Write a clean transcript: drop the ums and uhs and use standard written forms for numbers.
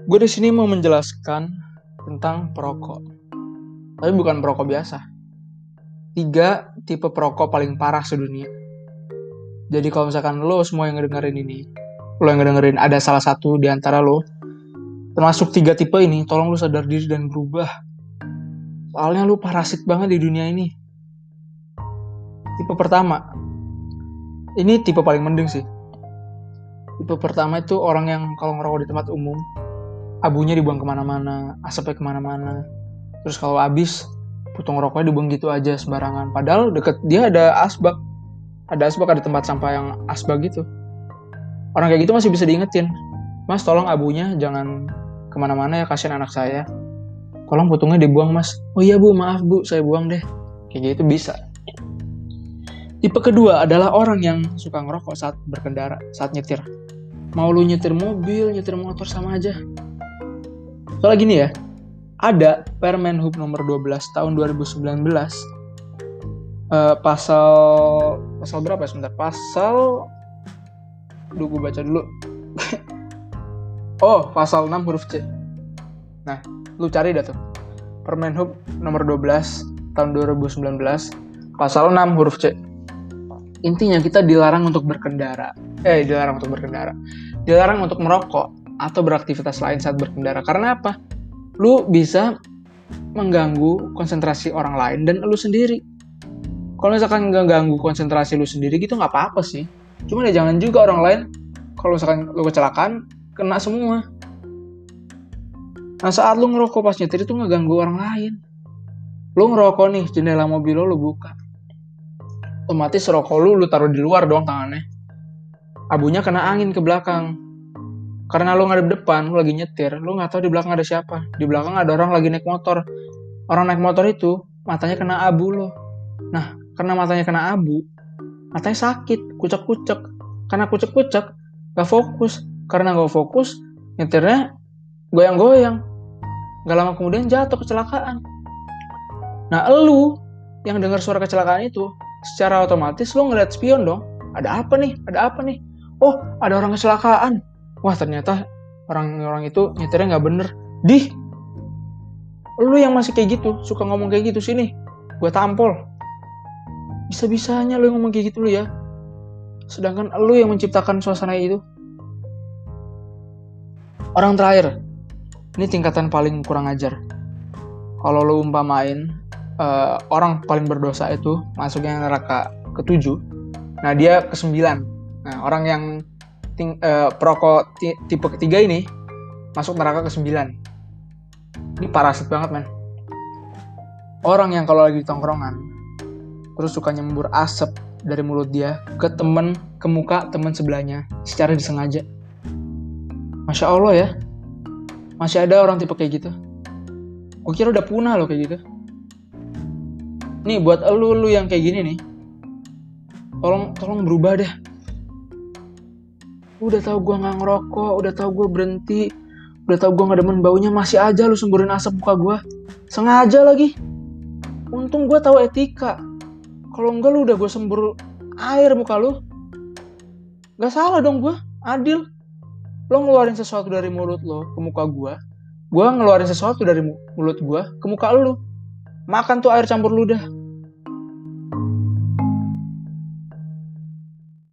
Gue di sini mau menjelaskan tentang perokok, tapi bukan perokok biasa. 3 tipe perokok paling parah sedunia. Jadi kalau misalkan lo semua yang ngedengerin ini, lo yang ngedengerin ada salah satu di antara lo, termasuk 3 tipe ini, tolong lo sadar diri dan berubah. Soalnya lo parasit banget di dunia ini. Tipe pertama, ini tipe paling mending sih. Tipe pertama itu orang yang kalau ngerokok di tempat umum, abunya dibuang kemana-mana, asapnya kemana-mana. Terus kalau habis, putung rokoknya dibuang gitu aja sembarangan. Padahal deket dia ada asbak. Ada tempat sampah yang asbak gitu. Orang kayak gitu masih bisa diingetin. Mas, tolong abunya jangan kemana-mana ya, kasihan anak saya. Tolong putungnya dibuang, mas. Oh iya bu, maaf bu, saya buang deh. Kayak gitu bisa. Tipe kedua adalah orang yang suka ngerokok saat berkendara, saat nyetir. Mau lu nyetir mobil, nyetir motor sama aja. Soalnya gini ya, ada Permen Hub nomor 12 tahun 2019, pasal berapa ya sebentar? Gue baca dulu. Pasal 6 huruf C. Nah, lu cari dah tuh. Permen Hub nomor 12 tahun 2019, pasal 6 huruf C. Intinya kita dilarang untuk berkendara. Dilarang untuk merokok atau beraktivitas lain saat berkendara. Karena apa? Lu bisa mengganggu konsentrasi orang lain dan lu sendiri. Kalau misalkan ganggu konsentrasi lu sendiri gitu nggak apa-apa sih. Cuma ya jangan juga orang lain. Kalau misalkan lu kecelakaan, kena semua. Nah saat lu ngerokok pas nyetir itu ngeganggu orang lain. Lu ngerokok nih, jendela mobil lu buka. Otomatis rokok lu taruh di luar dong tangannya. Abunya kena angin ke belakang. Karena lu ngadep depan, lu lagi nyetir, lu nggak tahu di belakang ada siapa. Di belakang ada orang lagi naik motor. Orang naik motor itu matanya kena abu lo. Nah, karena matanya kena abu, matanya sakit, kucek-kucek. Karena kucek-kucek, gak fokus. Karena gak fokus, nyetirnya goyang-goyang. Gak lama kemudian jatuh kecelakaan. Nah, elu yang dengar suara kecelakaan itu, secara otomatis lu ngeliat spion dong. Ada apa nih? Oh, ada orang kecelakaan. Wah, ternyata orang itu nyetirnya gak bener. Lu yang masih kayak gitu, suka ngomong kayak gitu, sini gue tampol. Bisa-bisanya lu yang ngomong kayak gitu lu ya. Sedangkan lu yang menciptakan suasana itu. Orang terakhir, ini tingkatan paling kurang ajar. Kalau lu umpamain orang paling berdosa itu masuknya neraka ke-7, nah dia ke-9. Nah orang yang perokok tipe ketiga ini masuk neraka ke-9. Ini parasit banget men. Orang yang kalau lagi di tongkrongan terus suka nyembur asap dari mulut dia ke muka teman sebelahnya secara disengaja. Masya Allah ya, masih ada orang tipe kayak gitu. Gue kira udah punah loh kayak gitu. Nih buat lu yang kayak gini nih, tolong berubah deh. Udah tahu gue nggak ngerokok, udah tahu gue berhenti, udah tahu gue nggak demen baunya, masih aja lu semburin asap muka gue, sengaja lagi. Untung gue tahu etika. Kalau enggak lu udah gue sembur air muka lu. Gak salah dong gue, adil. Lo ngeluarin sesuatu dari mulut lo ke muka gue ngeluarin sesuatu dari mulut gue ke muka lu. Makan tuh air campur ludah.